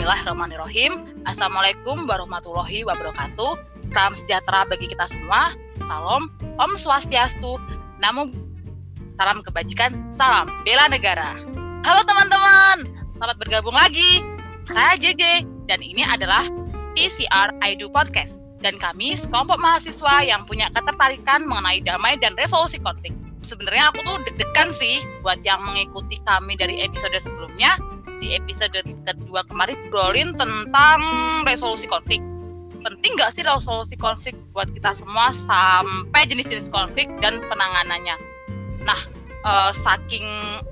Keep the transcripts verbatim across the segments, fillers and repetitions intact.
Bismillahirrahmanirrahim. Assalamualaikum warahmatullahi wabarakatuh. Salam sejahtera bagi kita semua. Salam, Om Swastiastu, Namo, salam kebajikan, salam bela negara. Halo teman-teman, selamat bergabung lagi. Saya J J dan ini adalah P C R I D O Podcast. Dan kami sekelompok mahasiswa yang punya ketertarikan mengenai damai dan resolusi konflik. Sebenarnya aku tuh deg-degan sih buat yang mengikuti kami dari episode sebelumnya. Di episode kedua kemarin ngobrolin tentang resolusi konflik. Penting gak sih resolusi konflik buat kita semua sampai jenis-jenis konflik dan penanganannya? Nah, eh, saking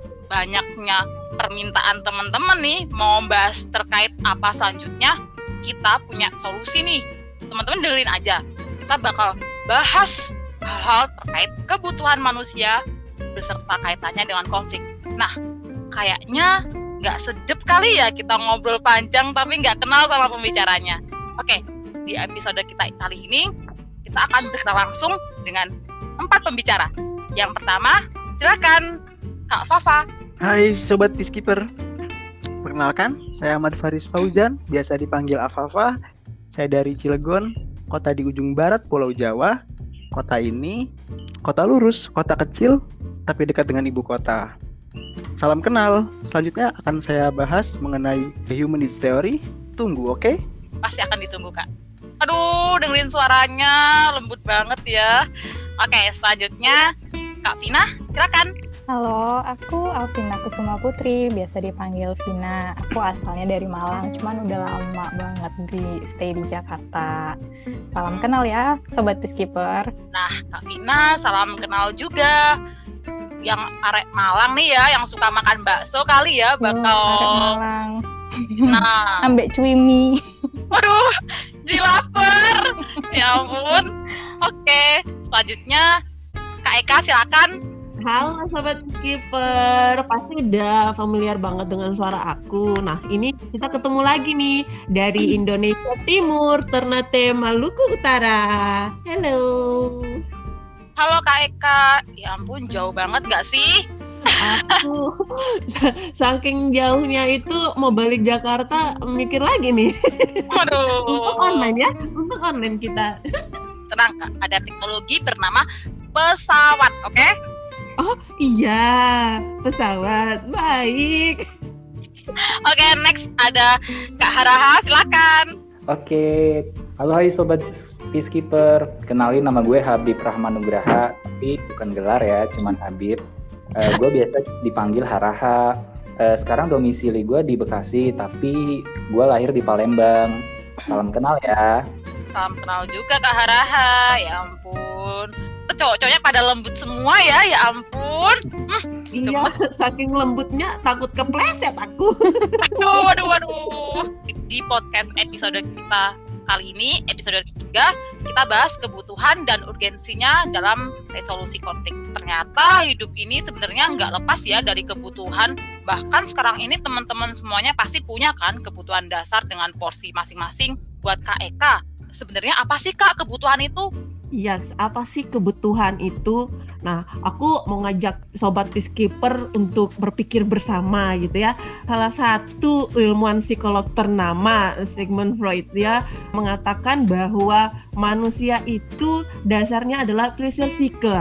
banyaknya permintaan teman-teman nih mau bahas terkait apa selanjutnya, kita punya solusi nih. Teman-teman dengerin aja. Kita bakal bahas hal-hal terkait kebutuhan manusia beserta kaitannya dengan konflik. Nah, kayaknya nggak sedep kali ya kita ngobrol panjang tapi nggak kenal sama pembicaranya. Oke, di episode kita kali ini kita akan berkenalan langsung dengan empat pembicara. Yang pertama, silakan Kak Fafa. Hai Sobat Peacekeeper. Perkenalkan, saya Ahmad Faris Fauzan, biasa dipanggil Afafa. Saya dari Cilegon, kota di ujung barat Pulau Jawa. Kota ini, kota lurus, kota kecil, tapi dekat dengan ibu kota. Salam kenal. Selanjutnya akan saya bahas mengenai The Human Needs Theory. Tunggu, oke? Okay? Pasti akan ditunggu, Kak. Aduh, dengerin suaranya lembut banget ya. Oke, selanjutnya Kak Vina, silakan. Halo, aku Alvina Kusuma Putri, biasa dipanggil Vina. Aku asalnya dari Malang, cuman udah lama banget di stay di Jakarta. Salam kenal ya, Sobat Peacekeeper. Nah, Kak Vina, salam kenal juga. Yang arek Malang nih ya, yang suka makan bakso kali ya, bakal oh, arek Malang. Nah, ambek cuimi. Waduh, jadi lapar. Ya ampun. Oke, selanjutnya Kak Eka silakan. Halo Sobat Peacekeeper, pasti udah familiar banget dengan suara aku. Nah, ini kita ketemu lagi nih dari Indonesia Timur, Ternate, Maluku Utara. Halo. Halo Kak Eka, ya ampun jauh banget gak sih? Aku saking jauhnya itu mau balik Jakarta mikir lagi nih. Waduh. Untuk online ya, untuk online kita. Tenang Kak, ada teknologi bernama pesawat, oke? Okay? Oh iya, pesawat, baik. Oke, okay, next ada Kak Haraha, silakan. Oke, okay. Halo hai Sobat Peacekeeper, kenalin nama gue Habib Rahman Nugraha, tapi bukan gelar ya, cuman Habib. Uh, gue biasa dipanggil Haraha. Uh, sekarang domisili gue di Bekasi, tapi gue lahir di Palembang. Salam kenal ya. Salam kenal juga Kak Haraha, ya ampun. Cowok-cowoknya pada lembut semua ya, ya ampun. Hmm, iya, saking lembutnya takut kepleset aku. Aduh, waduh, waduh. Di podcast episode kita kali ini, episode ketiga, kita bahas kebutuhan dan urgensinya dalam resolusi konflik. Ternyata hidup ini sebenarnya nggak lepas ya dari kebutuhan. Bahkan sekarang ini teman-teman semuanya pasti punya kan kebutuhan dasar dengan porsi masing-masing. Buat Kak Eka, sebenarnya apa sih Kak kebutuhan itu? Yes, apa sih kebutuhan itu? Nah, aku mau ngajak Sobat Peacekeeper untuk berpikir bersama gitu ya. Salah satu ilmuwan psikolog ternama, Sigmund Freud, ya, mengatakan bahwa manusia itu dasarnya adalah pleasure seeker.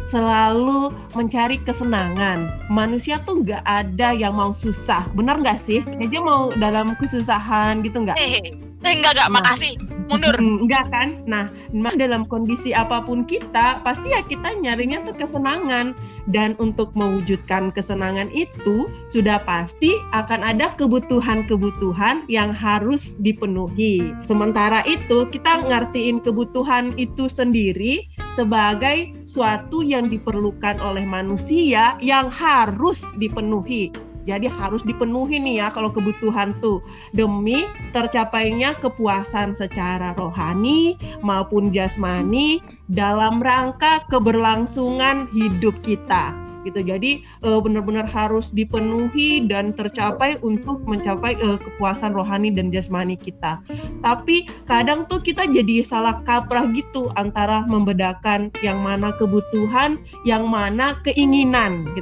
Selalu mencari kesenangan. Manusia tuh nggak ada yang mau susah. Benar nggak sih? Dia mau dalam kesusahan gitu nggak? Eh, eh enggak, enggak, nah, makasih. Mundur. Enggak kan? Nah, dalam kondisi apapun kita, pasti ya kita nyarinya tuh kesenangan. Dan untuk mewujudkan kesenangan itu, sudah pasti akan ada kebutuhan-kebutuhan yang harus dipenuhi. Sementara itu, kita ngertiin kebutuhan itu sendiri sebagai suatu yang diperlukan oleh manusia yang harus dipenuhi. Jadi harus dipenuhi nih ya kalau kebutuhan tuh demi tercapainya kepuasan secara rohani maupun jasmani dalam rangka keberlangsungan hidup kita gitu. Jadi uh, benar-benar harus dipenuhi dan tercapai untuk mencapai uh, kepuasan rohani dan jasmani kita. Tapi kadang tuh kita jadi salah kaprah gitu antara membedakan yang mana kebutuhan, yang mana keinginan gitu.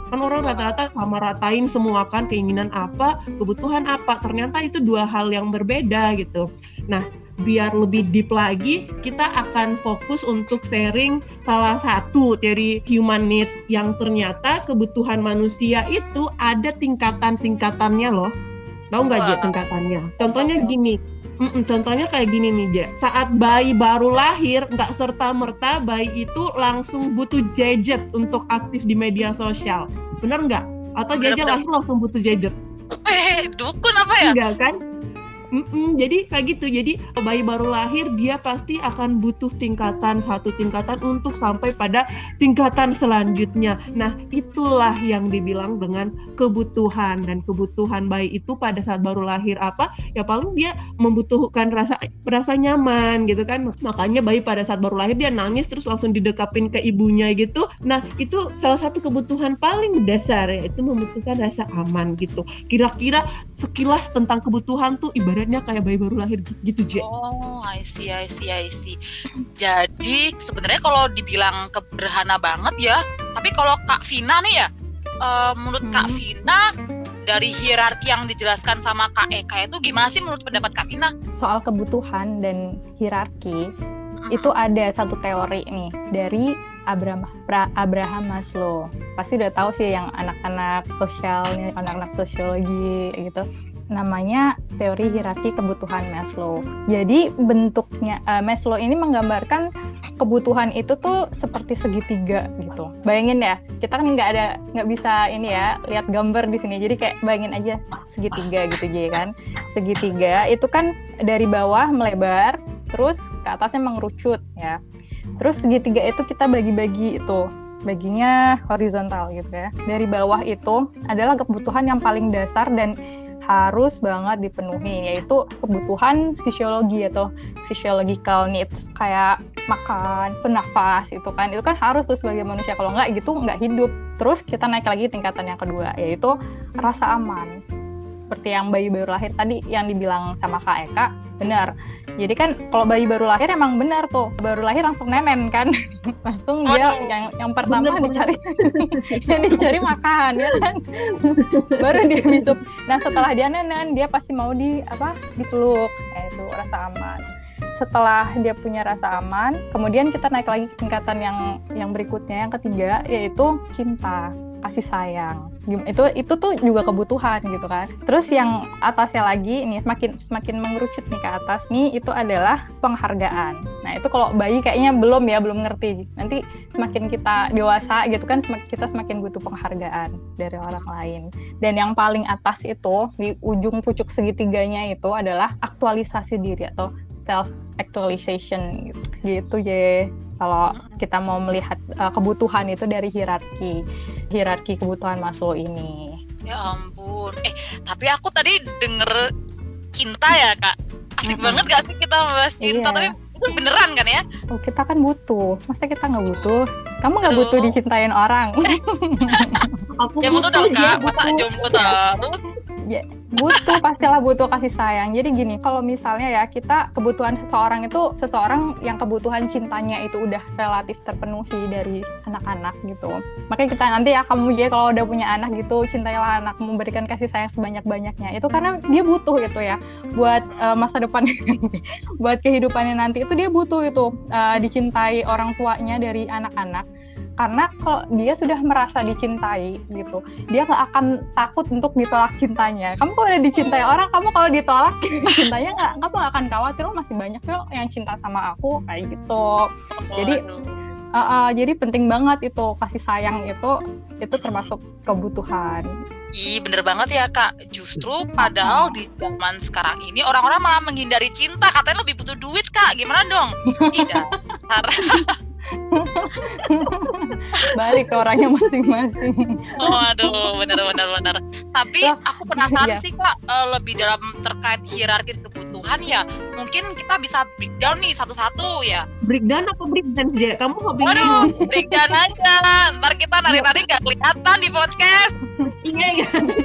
Kan orang rata-rata sama ratain semua kan, keinginan apa, kebutuhan apa. Ternyata itu dua hal yang berbeda gitu. Nah, biar lebih deep lagi, kita akan fokus untuk sharing salah satu teori human needs yang ternyata kebutuhan manusia itu ada tingkatan-tingkatannya loh. Tahu nggak, Je, tingkatannya? Contohnya gini. Mm-mm, contohnya kayak gini nih, Je. Saat bayi baru lahir, nggak serta-merta bayi itu langsung butuh gadget untuk aktif di media sosial. Bener nggak? Atau Jaja lahir langsung butuh gadget? Eh, dukun apa ya? Enggak kan? Mm-mm, jadi kayak gitu. Jadi bayi baru lahir dia pasti akan butuh tingkatan satu tingkatan untuk sampai pada tingkatan selanjutnya. Nah, itulah yang dibilang dengan kebutuhan. Dan kebutuhan bayi itu pada saat baru lahir apa? Ya paling dia membutuhkan rasa rasa nyaman gitu kan. Makanya bayi pada saat baru lahir dia nangis terus langsung didekapin ke ibunya gitu. Nah, itu salah satu kebutuhan paling dasar, yaitu membutuhkan rasa aman gitu. Kira-kira sekilas tentang kebutuhan tuh ibarat kayak bayi baru lahir gitu, Je. Oh, I see, I see, I see. Jadi sebenarnya kalau dibilang kederhana banget ya, tapi kalau Kak Vina nih ya, uh, menurut hmm. Kak Vina dari hierarki yang dijelaskan sama Kak Eka itu gimana sih menurut pendapat Kak Vina? Soal kebutuhan dan hierarki, hmm. itu ada satu teori nih dari Abraham, Abraham Maslow. Pasti udah tahu sih yang anak-anak sosial, anak-anak sosiologi gitu. Namanya teori hierarki kebutuhan Maslow. Jadi bentuknya uh, Maslow ini menggambarkan kebutuhan itu tuh seperti segitiga gitu. Bayangin ya, kita kan nggak ada nggak bisa ini ya lihat gambar di sini. Jadi kayak bayangin aja segitiga gitu aja kan. Segitiga itu kan dari bawah melebar, terus ke atasnya mengerucut ya. Terus segitiga itu kita bagi-bagi itu. Baginya horizontal gitu ya. Dari bawah itu adalah kebutuhan yang paling dasar dan harus banget dipenuhi, yaitu kebutuhan fisiologi atau physiological needs, kayak makan, bernafas, itu kan itu kan harus tuh sebagai manusia, kalau nggak gitu nggak hidup. Terus kita naik lagi tingkatan yang kedua, yaitu rasa aman. Seperti yang bayi baru lahir tadi yang dibilang sama Kak Eka, benar. Jadi kan kalau bayi baru lahir emang benar tuh, baru lahir langsung nenen kan, langsung dia oh, yang yang pertama bener, dicari yang dicari makan ya kan, baru dia hidup. Nah setelah dia nenen dia pasti mau di apa dipeluk, eh, itu rasa aman. Setelah dia punya rasa aman, kemudian kita naik lagi ke tingkatan yang yang berikutnya, yang ketiga, yaitu cinta, kasih sayang. Itu itu tuh juga kebutuhan gitu kan. Terus yang atasnya lagi ini semakin semakin mengerucut nih ke atas nih, itu adalah penghargaan. Nah itu kalau bayi kayaknya belum ya belum ngerti. Nanti semakin kita dewasa gitu kan, semakin, kita semakin butuh penghargaan dari orang lain. Dan yang paling atas itu di ujung pucuk segitiganya itu adalah aktualisasi diri atau self actualization gitu, gitu ya. Kalau kita mau melihat uh, kebutuhan itu dari hierarki hierarki kebutuhan Maslow ini. Ya ampun. Eh, tapi aku tadi denger cinta ya, Kak. Asik mm-hmm. banget gak sih kita membahas cinta? Iya. Tapi itu beneran kan ya? Oh, kita kan butuh. Masa kita nggak butuh? Kamu nggak butuh dicintain orang? Aku ya butuh dong, Kak. Masa jomblo terus? Ya, butuh, pastilah butuh kasih sayang. Jadi gini, kalau misalnya ya kita kebutuhan seseorang itu seseorang yang kebutuhan cintanya itu udah relatif terpenuhi dari anak-anak gitu. Makanya kita nanti ya kamu ya kalau udah punya anak gitu, cintailah anak, memberikan kasih sayang sebanyak-banyaknya. Itu karena dia butuh gitu ya buat uh, masa depan buat kehidupannya nanti itu dia butuh itu uh, dicintai orang tuanya dari anak-anak. Karena kalau dia sudah merasa dicintai gitu, dia nggak akan takut untuk ditolak cintanya. Kamu kalau udah dicintai orang, kamu kalau ditolak cintanya nggak, kamu nggak akan khawatir, lo masih banyak kok yang cinta sama aku kayak gitu. Jadi, uh, uh, jadi penting banget itu kasih sayang itu, itu termasuk kebutuhan. Ih, bener banget ya, Kak. Justru padahal di zaman sekarang ini orang-orang malah menghindari cinta, katanya lebih butuh duit, Kak. Gimana dong? Tidak. Balik ke orangnya masing-masing. Oh aduh, benar-benar benar. Tapi aku penasaran iya. sih Kak, uh, lebih dalam terkait hierarki kebutuhan ya. Mungkin kita bisa breakdown nih satu-satu ya. Breakdown apa breakdown sih? Kamu hobi? Waduh, breakdown aja. Ntar kita nari-nari nggak kelihatan di podcast. Iya ya.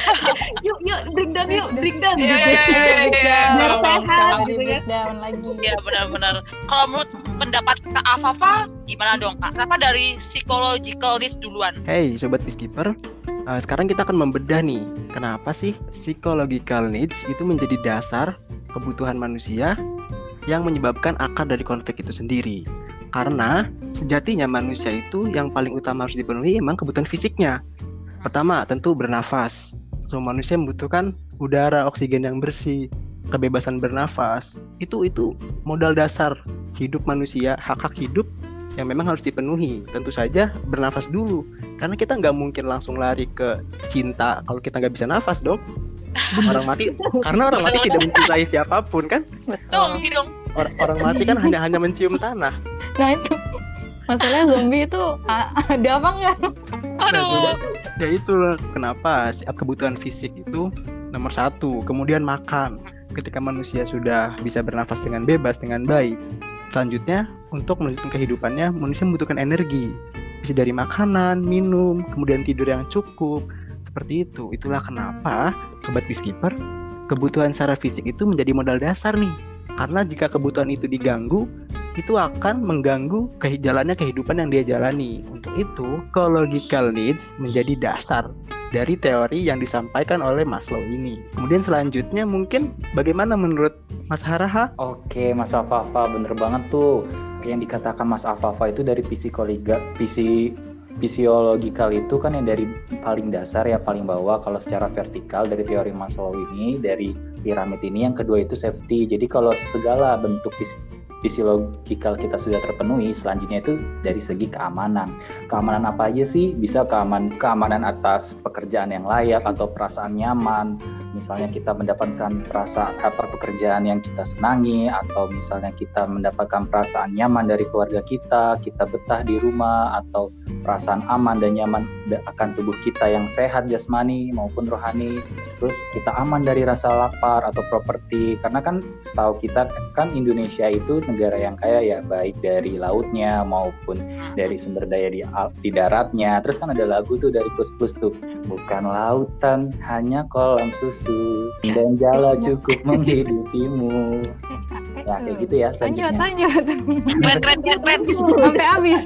Yuk yuk breakdown yuk breakdown. Iya iya iya iya. Biar sehat Di gitu kan. breakdown lagi. Iya benar-benar. Kalau menurut pendapat Kak Afafa gimana dong Kak? Kenapa dari psychological needs duluan? Hey Sobat Peacekeeper, uh, sekarang kita akan membedah nih, kenapa sih psychological needs itu menjadi dasar kebutuhan manusia yang menyebabkan akar dari konflik itu sendiri. Karena sejatinya manusia itu yang paling utama harus dipenuhi emang kebutuhan fisiknya. Pertama tentu bernafas. So manusia membutuhkan udara, oksigen yang bersih, kebebasan bernafas. Itu itu modal dasar hidup manusia, hak-hak hidup yang memang harus dipenuhi. Tentu saja bernafas dulu, karena kita nggak mungkin langsung lari ke cinta kalau kita nggak bisa nafas dong. Orang mati, karena orang mati tidak mencintai siapapun kan. Dong, gitu dong. Or- orang mati kan hanya hanya mencium tanah. Nah itu masalahnya zombie itu a- ada apa enggak? Aduh. Ya itulah kenapa si- kebutuhan fisik itu nomor satu. Kemudian makan. Ketika manusia sudah bisa bernafas dengan bebas, dengan baik, selanjutnya untuk melanjutkan kehidupannya manusia membutuhkan energi. Bisa dari makanan, minum, kemudian tidur yang cukup. Seperti itu. Itulah kenapa Sobat Peacekeeper, kebutuhan secara fisik itu menjadi modal dasar nih. Karena jika kebutuhan itu diganggu, itu akan mengganggu ke- jalannya kehidupan yang dia jalani. Untuk itu, psychological needs menjadi dasar dari teori yang disampaikan oleh Maslow ini. Kemudian selanjutnya mungkin bagaimana menurut Mas Haraha? Oke, Mas Afafa, bener banget tuh. Yang dikatakan Mas Afafa itu dari psikologa, psi, physiological itu kan yang dari paling dasar ya, paling bawah. Kalau secara vertikal dari teori Maslow ini, dari piramid ini, yang kedua itu safety. Jadi kalau segala bentuk fis- fisiologikal kita sudah terpenuhi, selanjutnya itu dari segi keamanan. Keamanan apa aja sih? Bisa keaman, keamanan atas pekerjaan yang layak atau perasaan nyaman. Misalnya kita mendapatkan perasaan apa pekerjaan yang kita senangi, atau misalnya kita mendapatkan perasaan nyaman dari keluarga kita, kita betah di rumah, atau perasaan aman dan nyaman akan tubuh kita yang sehat jasmani maupun rohani. Terus kita aman dari rasa lapar atau properti, karena kan setahu kita kan Indonesia itu negara yang kaya ya, baik dari lautnya maupun dari sumber daya di, di daratnya. Terus kan ada lagu tuh dari Kus Plus tuh, bukan lautan hanya kolam susu dan jala cukup menghidupimu. Ya kayak gitu ya. Lanjut, lanjut. Keren keren keren keren. Sampai habis.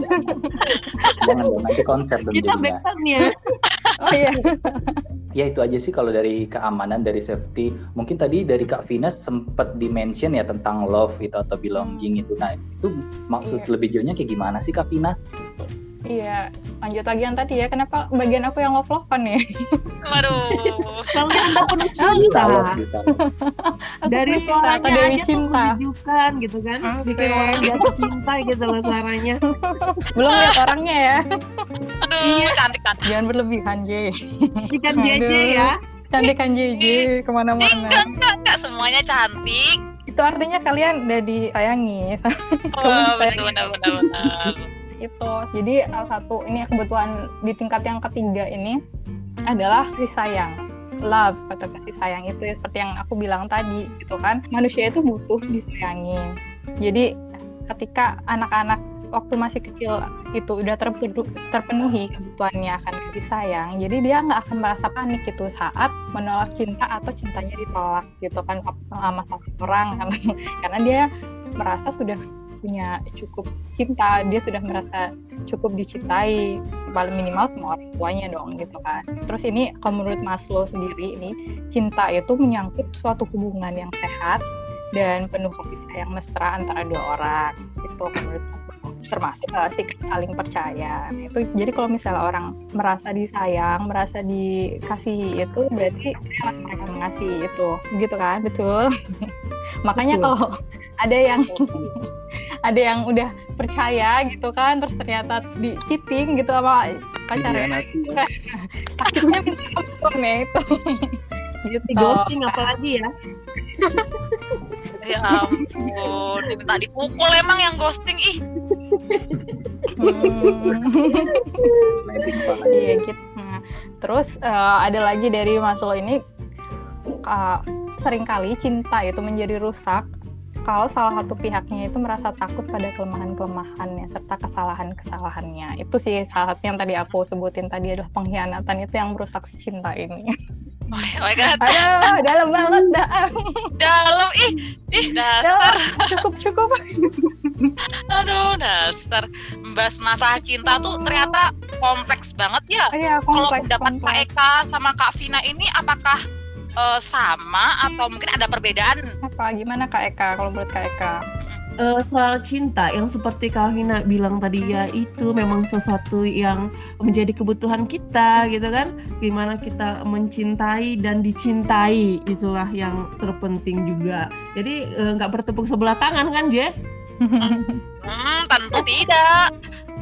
Jangan dong, nanti konser dong Kita jadinya. backsound-nya. Oh iya. Ya itu aja sih kalau dari keamanan, dari safety. Mungkin tadi dari Kak Vina sempat di-mention ya tentang love itu atau belonging itu. Nah itu maksud Iya. lebih jauhnya kayak gimana sih Kak Vina? Iya, lanjut lagi yang tadi ya. Kenapa bagian aku yang love-lovean ya? Waduh. Kalian udah penuh Kita cinta. love kita. Aku Dari penuh cinta, suaranya atau Dewi aja tuh cinta. menunjukkan gitu kan. Asik. Bikin orang jatuh cinta gitu loh suaranya. Belum lihat orangnya ya. Aduh, Iya. cantik cantik. Jangan berlebihan, J. Ikan J J ya. Cantik kan J J kemana-mana. Enggak, enggak, enggak semuanya cantik. Itu artinya kalian udah disayangi. Oh, benar benar benar benar. Itu. Jadi salah satu ini kebutuhan di tingkat yang ketiga ini adalah kasih sayang. Love atau kasih sayang itu ya, seperti yang aku bilang tadi gitu kan. Manusia itu butuh disayangi. Jadi ketika anak-anak waktu masih kecil itu udah terpenuhi, terpenuhi kebutuhannya akan kasih sayang, jadi dia nggak akan merasa panik gitu saat menolak cinta atau cintanya ditolak gitu kan sama satu orang kan. Karena dia merasa sudah punya cukup cinta, dia sudah merasa cukup dicintai, paling minimal sama orang tuanya dong gitu kan. Terus ini kalau menurut Maslow sendiri ini, cinta itu menyangkut suatu hubungan yang sehat dan penuh kasih sayang mesra antara dua orang gitu menurut Maslow. Termasuk uh, sikap saling percaya. Nah, itu jadi kalau misalnya orang merasa disayang, merasa dikasihi itu berarti rela mereka mengasihi itu, gitu kan? Betul. Makanya Betul. kalau ada yang ada yang udah percaya gitu kan, terus ternyata di cheating gitu sama pacarnya, Dikhianati. sakitnya minta ampun ya itu. Gitu. Di ghosting apalagi ya. Ya ampun, diminta dipukul emang yang ghosting ih. Hmm. Landing pala. Iya gitu. Nah, terus uh, ada lagi dari Maslow ini, uh, seringkali cinta itu menjadi rusak kalau salah satu pihaknya itu merasa takut pada kelemahan-kelemahannya serta kesalahan-kesalahannya. Itu sih salah satu yang tadi aku sebutin tadi adalah pengkhianatan, itu yang merusak si cinta ini. Oh my god. Aduh, dalam banget dah. Dalam ih, ih dasar. Cukup cukup. Aduh, dasar. Membahas masalah cinta tuh ternyata kompleks banget ya. Iya, Kalau kompleks. pendapat Kak kompleks. Eka sama Kak Vina ini apakah eh, sama atau mungkin ada perbedaan? Apa gimana Kak Eka kalau menurut Kak Eka? Eh, soal cinta yang seperti Kak Vina bilang tadi ya, itu memang sesuatu yang menjadi kebutuhan kita gitu kan, gimana kita mencintai dan dicintai, itulah yang terpenting juga. Jadi eh, nggak bertepuk sebelah tangan kan Je? Hmm, tentu tidak.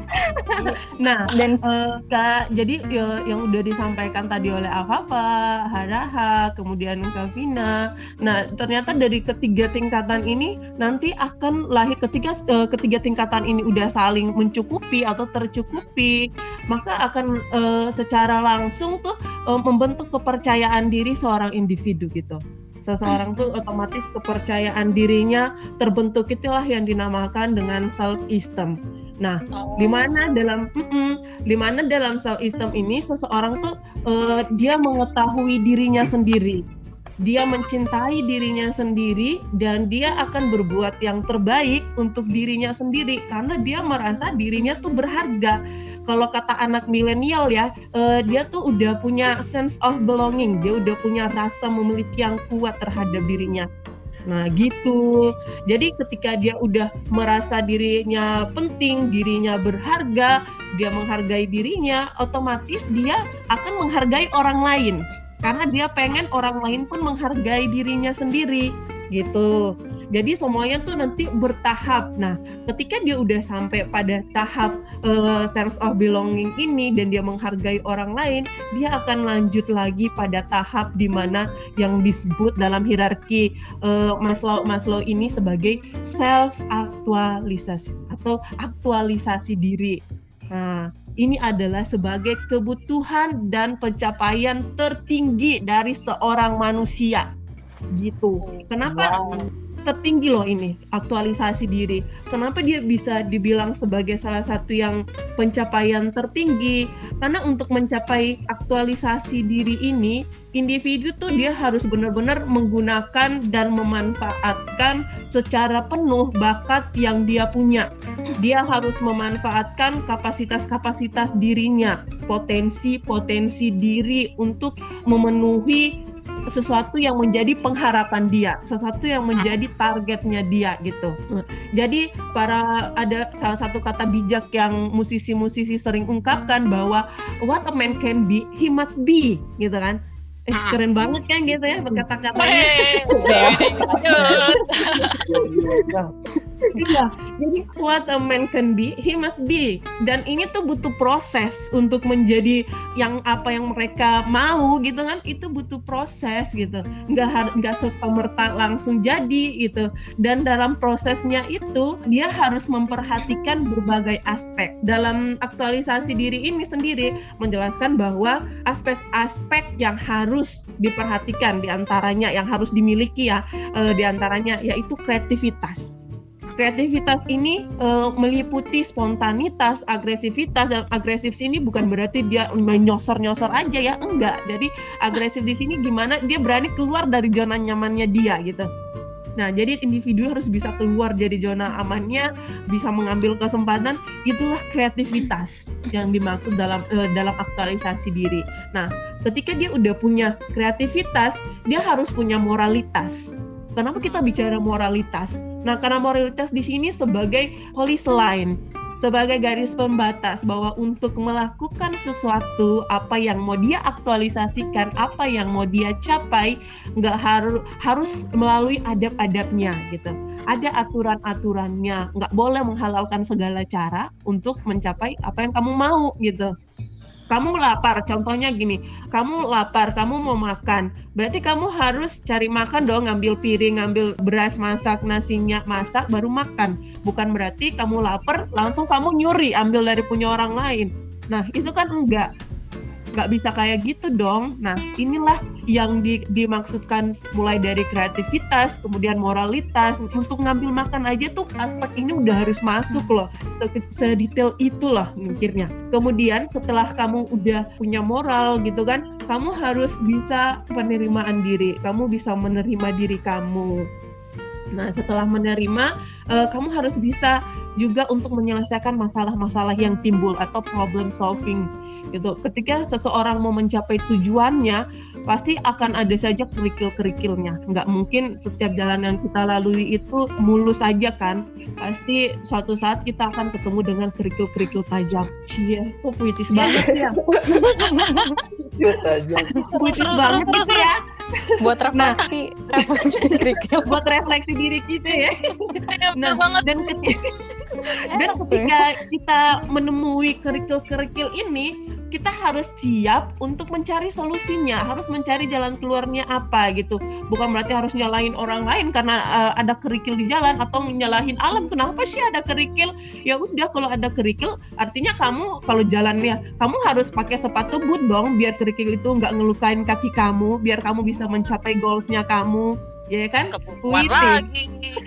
Nah, Dan eh, Kak, jadi ya, yang udah disampaikan tadi oleh Afafa, Haraha, kemudian Kak Vina. Nah, ternyata dari ketiga tingkatan ini nanti akan lahir ketika eh, ketiga tingkatan ini udah saling mencukupi atau tercukupi, maka akan eh, secara langsung tuh eh, membentuk kepercayaan diri seorang individu gitu. Seseorang tuh otomatis kepercayaan dirinya terbentuk, itulah yang dinamakan dengan self esteem. Nah, Oh. di mana dalam mm-mm, di mana dalam self esteem ini seseorang tuh eh, dia mengetahui dirinya sendiri. Dia mencintai dirinya sendiri dan dia akan berbuat yang terbaik untuk dirinya sendiri karena dia merasa dirinya tuh berharga. Kalau kata anak milenial ya, eh, dia tuh udah punya sense of belonging, dia udah punya rasa memiliki yang kuat terhadap dirinya. Nah gitu, jadi ketika dia udah merasa dirinya penting, dirinya berharga, dia menghargai dirinya, otomatis dia akan menghargai orang lain. Karena dia pengen orang lain pun menghargai dirinya sendiri, gitu. Jadi semuanya tuh nanti bertahap. Nah, ketika dia udah sampai pada tahap uh, sense of belonging ini dan dia menghargai orang lain, dia akan lanjut lagi pada tahap di mana yang disebut dalam hierarki uh, Maslow Maslow ini sebagai self aktualisasi atau aktualisasi diri. Nah, ini adalah sebagai kebutuhan dan pencapaian tertinggi dari seorang manusia. Gitu. Kenapa Wow. tertinggi loh ini aktualisasi diri? Kenapa dia bisa dibilang sebagai salah satu yang pencapaian tertinggi? Karena untuk mencapai aktualisasi diri ini, individu tuh dia harus benar-benar menggunakan dan memanfaatkan secara penuh bakat yang dia punya. Dia harus memanfaatkan kapasitas-kapasitas dirinya, potensi-potensi diri untuk memenuhi sesuatu yang menjadi pengharapan dia, sesuatu yang menjadi targetnya dia gitu. Jadi para ada salah satu kata bijak yang musisi-musisi sering ungkapkan bahwa what a man can be, he must be, gitu kan? Eh, keren banget kan gitu ya kata-katanya. Iya, jadi what a man can be, he must be. Dan ini tuh butuh proses untuk menjadi yang apa yang mereka mau gitu kan, itu butuh proses gitu. Nggak har- nggak serta-merta langsung jadi gitu. Dan dalam prosesnya itu dia harus memperhatikan berbagai aspek. Dalam aktualisasi diri ini sendiri menjelaskan bahwa aspek-aspek yang harus diperhatikan diantaranya yang harus dimiliki ya, eh, diantaranya yaitu kreativitas. Kreativitas ini uh, meliputi spontanitas, agresivitas, dan agresif sini bukan berarti dia menyosor-nyosor aja ya, enggak. Jadi agresif di sini gimana dia berani keluar dari zona nyamannya dia gitu. Nah, jadi individu harus bisa keluar dari zona amannya, bisa mengambil kesempatan, itulah kreativitas yang dimaksud dalam uh, dalam aktualisasi diri. Nah, ketika dia udah punya kreativitas, dia harus punya moralitas. Kenapa kita bicara moralitas? Nah, karena moralitas di sini sebagai policy line, sebagai garis pembatas bahwa untuk melakukan sesuatu apa yang mau dia aktualisasikan, apa yang mau dia capai, nggak harus harus melalui adab-adabnya gitu. Ada aturan-aturannya, nggak boleh menghalalkan segala cara untuk mencapai apa yang kamu mau gitu. Kamu lapar, contohnya gini, kamu lapar, kamu mau makan, berarti kamu harus cari makan dong, ngambil piring, ngambil beras, masak, nasinya, masak, baru makan. Bukan berarti kamu lapar, langsung kamu nyuri, ambil dari punya orang lain. Nah, itu kan enggak. nggak bisa kayak gitu dong. Nah inilah yang di, dimaksudkan mulai dari kreativitas, kemudian moralitas. Untuk ngambil makan aja tuh aspek ini udah harus masuk loh, sedetail itu loh mikirnya. Kemudian setelah kamu udah punya moral gitu kan, kamu harus bisa penerimaan diri, kamu bisa menerima diri kamu. Nah, setelah menerima, uh, kamu harus bisa juga untuk menyelesaikan masalah-masalah yang timbul atau problem solving gitu. Ketika seseorang mau mencapai tujuannya, pasti akan ada saja kerikil-kerikilnya. Nggak mungkin setiap jalan yang kita lalui itu mulus aja kan. Pasti suatu saat kita akan ketemu dengan kerikil-kerikil tajam. Cie, kok puitis banget ya? Puitis banget gitu ya. Buat refleksi, nah, refleksi buat refleksi diri kita ya. Nah, dan ketika, dan ketika kita menemui kerikil-kerikil ini, kita harus siap untuk mencari solusinya, harus mencari jalan keluarnya apa gitu. Bukan berarti harus nyalahin orang lain karena uh, ada kerikil di jalan atau nyalahin alam. Kenapa sih ada kerikil? Ya udah, kalau ada kerikil, artinya kamu kalau jalannya, kamu harus pakai sepatu boot dong, biar kerikil itu nggak ngelukain kaki kamu, biar kamu bisa mencapai goalsnya kamu, ya kan? Kebukuan lagi.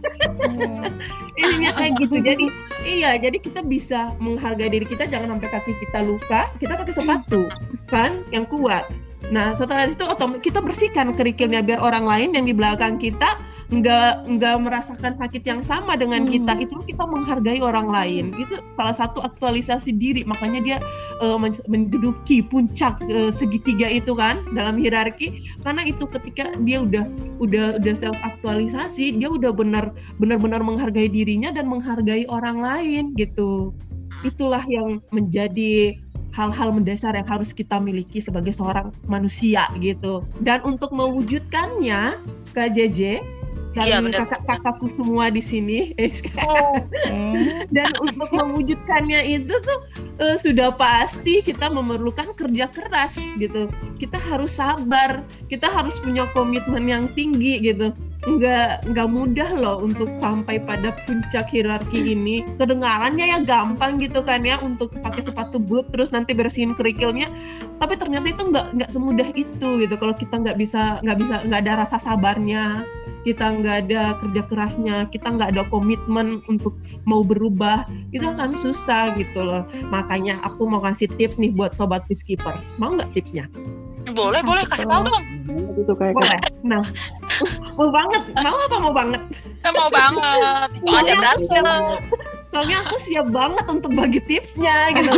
Ininya kayak gitu. Jadi iya, jadi kita bisa menghargai diri kita, jangan sampai kaki kita luka, kita pakai sepatu kan yang kuat. Nah setelah itu otomatis kita bersihkan kerikilnya biar orang lain yang di belakang kita nggak nggak merasakan sakit yang sama dengan hmm. kita. Itu kita menghargai orang lain. Itu salah satu aktualisasi diri. Makanya dia uh, menduduki puncak uh, segitiga itu kan dalam hierarki. Karena itu ketika dia udah udah udah self aktualisasi, dia udah benar benar-benar menghargai dirinya dan menghargai orang lain gitu. Itulah yang menjadi hal-hal mendasar yang harus kita miliki sebagai seorang manusia gitu. Dan untuk mewujudkannya, Kak J J dan ya, kakak-kakakku semua di sini, oh. dan untuk mewujudkannya itu tuh uh, sudah pasti kita memerlukan kerja keras gitu. Kita harus sabar, kita harus punya komitmen yang tinggi gitu. Nggak, nggak mudah loh untuk sampai pada puncak hierarki ini. Kedengarannya ya gampang gitu kan ya, untuk pakai sepatu boot terus nanti bersihin kerikilnya, tapi ternyata itu nggak nggak semudah itu gitu. Kalau kita nggak bisa nggak bisa nggak ada rasa sabarnya, kita nggak ada kerja kerasnya, kita nggak ada komitmen untuk mau berubah, itu akan susah gitu loh. Makanya aku mau kasih tips nih buat sobat peacekeepers. Mau nggak tipsnya? Boleh, boleh, kasih tahu dong. Itu kayak boleh. Nah, mau banget, mau apa mau banget? Ya, mau banget. Itu aja dasar. Soalnya aku siap banget untuk bagi tipsnya gitu.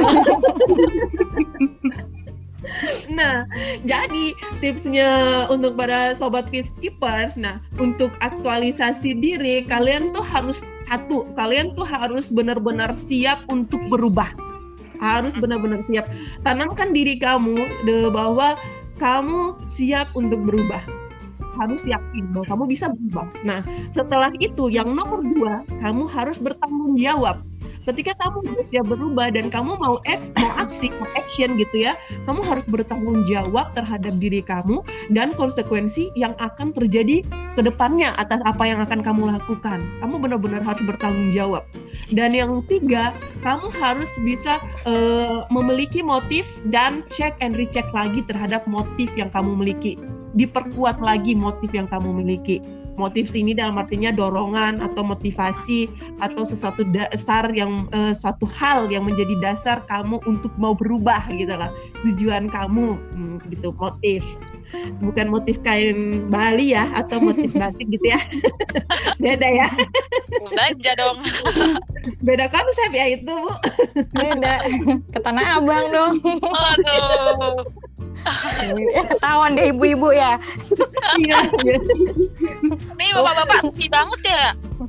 Nah, jadi tipsnya untuk para sobat peacekeepers, nah untuk aktualisasi diri, kalian tuh harus satu, kalian tuh harus benar-benar siap untuk berubah. Harus benar-benar siap. Tanamkan diri kamu bahwa kamu siap untuk berubah. Harus yakin bahwa kamu bisa berubah. Nah, setelah itu yang nomor dua, kamu harus bertanggung jawab. Ketika kamu sudah siap berubah dan kamu mau act, mau aksi, mau action gitu ya, kamu harus bertanggung jawab terhadap diri kamu dan konsekuensi yang akan terjadi ke depannya atas apa yang akan kamu lakukan. Kamu benar-benar harus bertanggung jawab. Dan yang tiga, kamu harus bisa uh, memiliki motif dan check and recheck lagi terhadap motif yang kamu miliki. Diperkuat lagi motif yang kamu miliki. Motif ini dalam artinya dorongan atau motivasi atau sesuatu dasar yang uh, satu hal yang menjadi dasar kamu untuk mau berubah gitu lah, tujuan kamu hmm, gitu, motif, bukan motif kain Bali ya atau motif batik gitu ya. Beda ya, belanja dong. Beda konsep ya itu Bu. Beda, ke Tanah Abang dong. Aduh. Ya ketahuan deh ibu-ibu ya. Iya. Nih bapak-bapak sepi banget ya.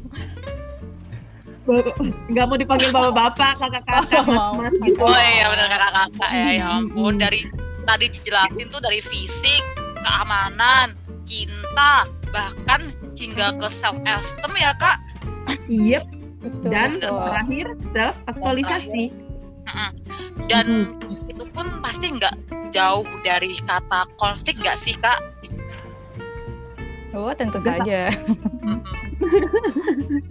Nggak mau dipanggil bapak-bapak, kakak-kakak, mas-mas gitu. Oh iya benar kakak-kakak ya. Ya ampun, dari tadi dijelasin tuh dari fisik, keamanan, cinta, bahkan hingga ke self esteem ya Kak. Yep. Betul, dan betul. terakhir self aktualisasi. Dan hmm. itu pun pasti nggak jauh dari kata konflik nggak sih Kak? Oh tentu Gak. saja.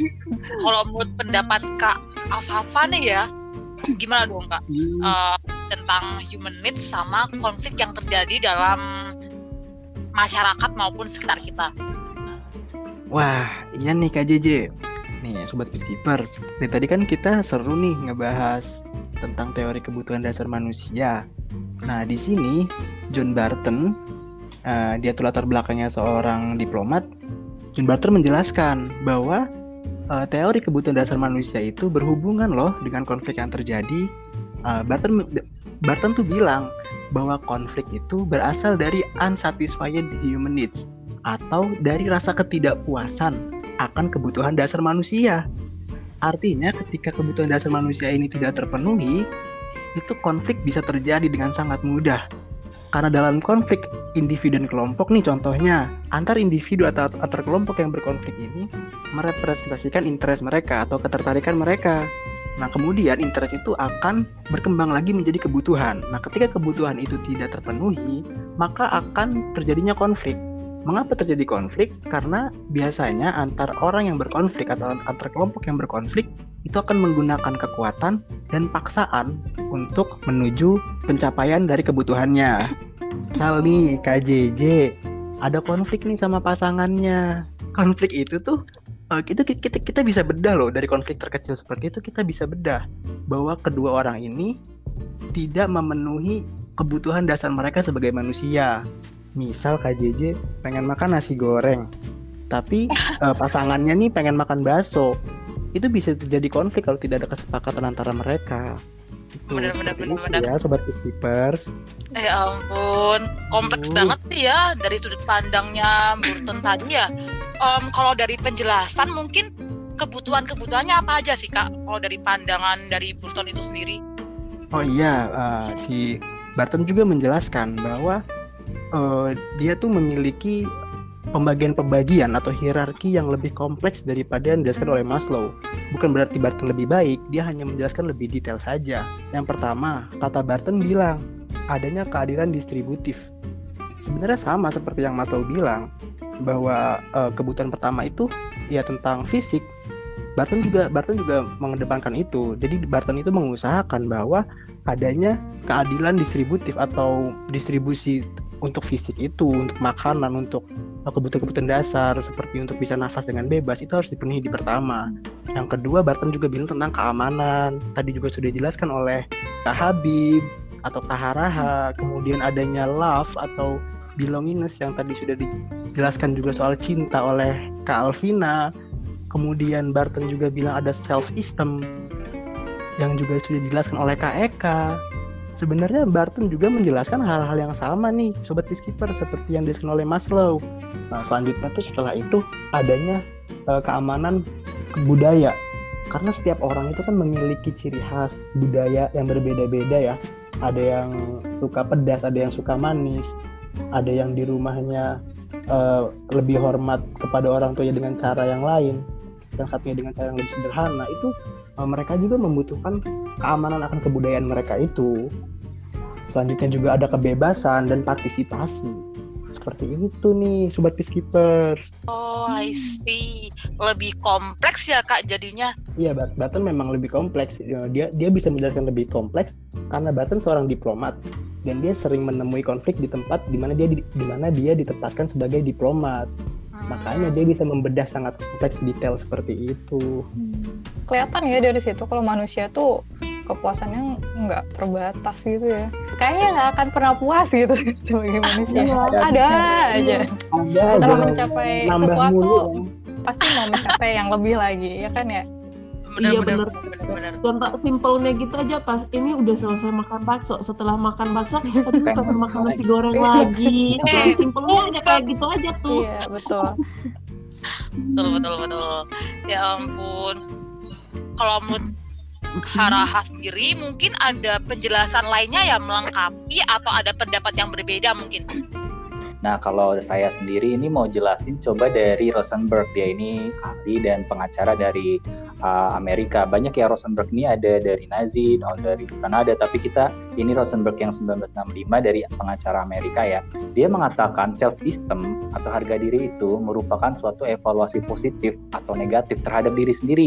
Kalau menurut pendapat Kak Afafa nih ya, gimana dong Kak? Uh, tentang human needs sama konflik yang terjadi dalam masyarakat maupun sekitar kita. Wah, iya nih Kak J J. Nih Sobat Peacekeeper, dari tadi kan kita seru nih ngebahas tentang teori kebutuhan dasar manusia. Nah di sini John Barton, uh, dia tuh latar belakangnya seorang diplomat. John Barton menjelaskan bahwa uh, teori kebutuhan dasar manusia itu berhubungan loh dengan konflik yang terjadi. Uh, Barton Barton tuh bilang bahwa konflik itu berasal dari unsatisfied human needs atau dari rasa ketidakpuasan akan kebutuhan dasar manusia. Artinya ketika kebutuhan dasar manusia ini tidak terpenuhi, itu konflik bisa terjadi dengan sangat mudah. Karena dalam konflik individu dan kelompok nih contohnya, antar individu atau antar kelompok yang berkonflik ini merepresentasikan interest mereka atau ketertarikan mereka. Nah kemudian interest itu akan berkembang lagi menjadi kebutuhan. Nah ketika kebutuhan itu tidak terpenuhi, maka akan terjadinya konflik. Mengapa terjadi konflik? Karena biasanya antar orang yang berkonflik atau antar kelompok yang berkonflik itu akan menggunakan kekuatan dan paksaan untuk menuju pencapaian dari kebutuhannya. Misal nih K J J ada konflik nih sama pasangannya. Konflik itu tuh itu kita kita bisa bedah loh, dari konflik terkecil seperti itu kita bisa bedah bahwa kedua orang ini tidak memenuhi kebutuhan dasar mereka sebagai manusia. Misal K J J pengen makan nasi goreng, tapi uh, pasangannya nih pengen makan bakso. Itu bisa terjadi konflik kalau tidak ada kesepakatan antara mereka. Benar-benar benar-benar. Ya, Sobat Peacekeepers. Eh ampun, kompleks uh. banget sih ya dari sudut pandangnya Burton tadi ya. Um, kalau dari penjelasan mungkin kebutuhan-kebutuhannya apa aja sih Kak? Kalau dari pandangan dari Burton itu sendiri? Oh iya, uh, si Burton juga menjelaskan bahwa Uh, dia tuh memiliki pembagian-pembagian atau hierarki yang lebih kompleks daripada yang dijelaskan oleh Maslow. Bukan berarti Barton lebih baik, dia hanya menjelaskan lebih detail saja. Yang pertama, kata Barton bilang, adanya keadilan distributif. Sebenarnya sama seperti yang Maslow bilang, bahwa uh, kebutuhan pertama itu ya tentang fisik. Barton juga Barton juga mengedepankan itu. Jadi Barton itu mengusahakan bahwa adanya keadilan distributif atau distribusi untuk fisik itu, untuk makanan, untuk kebutuhan-kebutuhan dasar seperti untuk bisa nafas dengan bebas, itu harus dipenuhi di pertama. Yang kedua, Barton juga bilang tentang keamanan. Tadi juga sudah dijelaskan oleh Kak Habib atau Kak Haraha. Kemudian adanya love atau belongingness yang tadi sudah dijelaskan juga soal cinta oleh Kak Alvina. Kemudian Barton juga bilang ada self-esteem yang juga sudah dijelaskan oleh Kak Eka. Sebenarnya Barton juga menjelaskan hal-hal yang sama nih Sobat Peacekeeper seperti yang dijelaskan oleh Maslow. Nah selanjutnya tuh setelah itu adanya uh, keamanan budaya. Karena setiap orang itu kan memiliki ciri khas budaya yang berbeda-beda ya. Ada yang suka pedas, ada yang suka manis, ada yang di rumahnya uh, lebih hormat kepada orang tuanya dengan cara yang lain, yang satunya dengan cara yang lebih sederhana. Itu mereka juga membutuhkan keamanan akan kebudayaan mereka itu. Selanjutnya juga ada kebebasan dan partisipasi. Seperti itu nih Sobat Peacekeepers. Oh I see. Lebih kompleks ya Kak jadinya. Iya, Barton memang lebih kompleks. Dia dia bisa menjelaskan lebih kompleks karena Barton seorang diplomat dan dia sering menemui konflik di tempat di mana dia di, di mana dia ditempatkan sebagai diplomat. Makanya dia bisa membedah sangat kompleks detail seperti itu. Hmm. Kelihatan ya dari situ kalau manusia tuh kepuasannya nggak terbatas gitu ya. Kayaknya nggak akan pernah puas gitu sebagai manusia. Iya, ada, ada aja. Ada Setelah aja. mencapai Nambah sesuatu, mulu. pasti mau mencapai yang lebih lagi, ya kan ya? Iya, Benar-benar. benar. Contoh simpelnya gitu aja, pas ini udah selesai makan bakso, setelah makan bakso aduh pengen makan nasi goreng lagi. Nah, simpelnya ada kayak gitu aja tuh. Iya, betul. Betul betul betul. Ya ampun. Kalau menurut Haraha sendiri mungkin ada penjelasan lainnya yang melengkapi atau ada pendapat yang berbeda mungkin. Nah, kalau saya sendiri ini mau jelasin coba dari Rosenberg. Dia ini ahli dan pengacara dari uh, Amerika. Banyak ya Rosenberg ini ada dari Nazi, ada dari Kanada, tapi kita ini Rosenberg yang sembilan belas enam puluh lima dari pengacara Amerika ya. Dia mengatakan self-esteem atau harga diri itu merupakan suatu evaluasi positif atau negatif terhadap diri sendiri.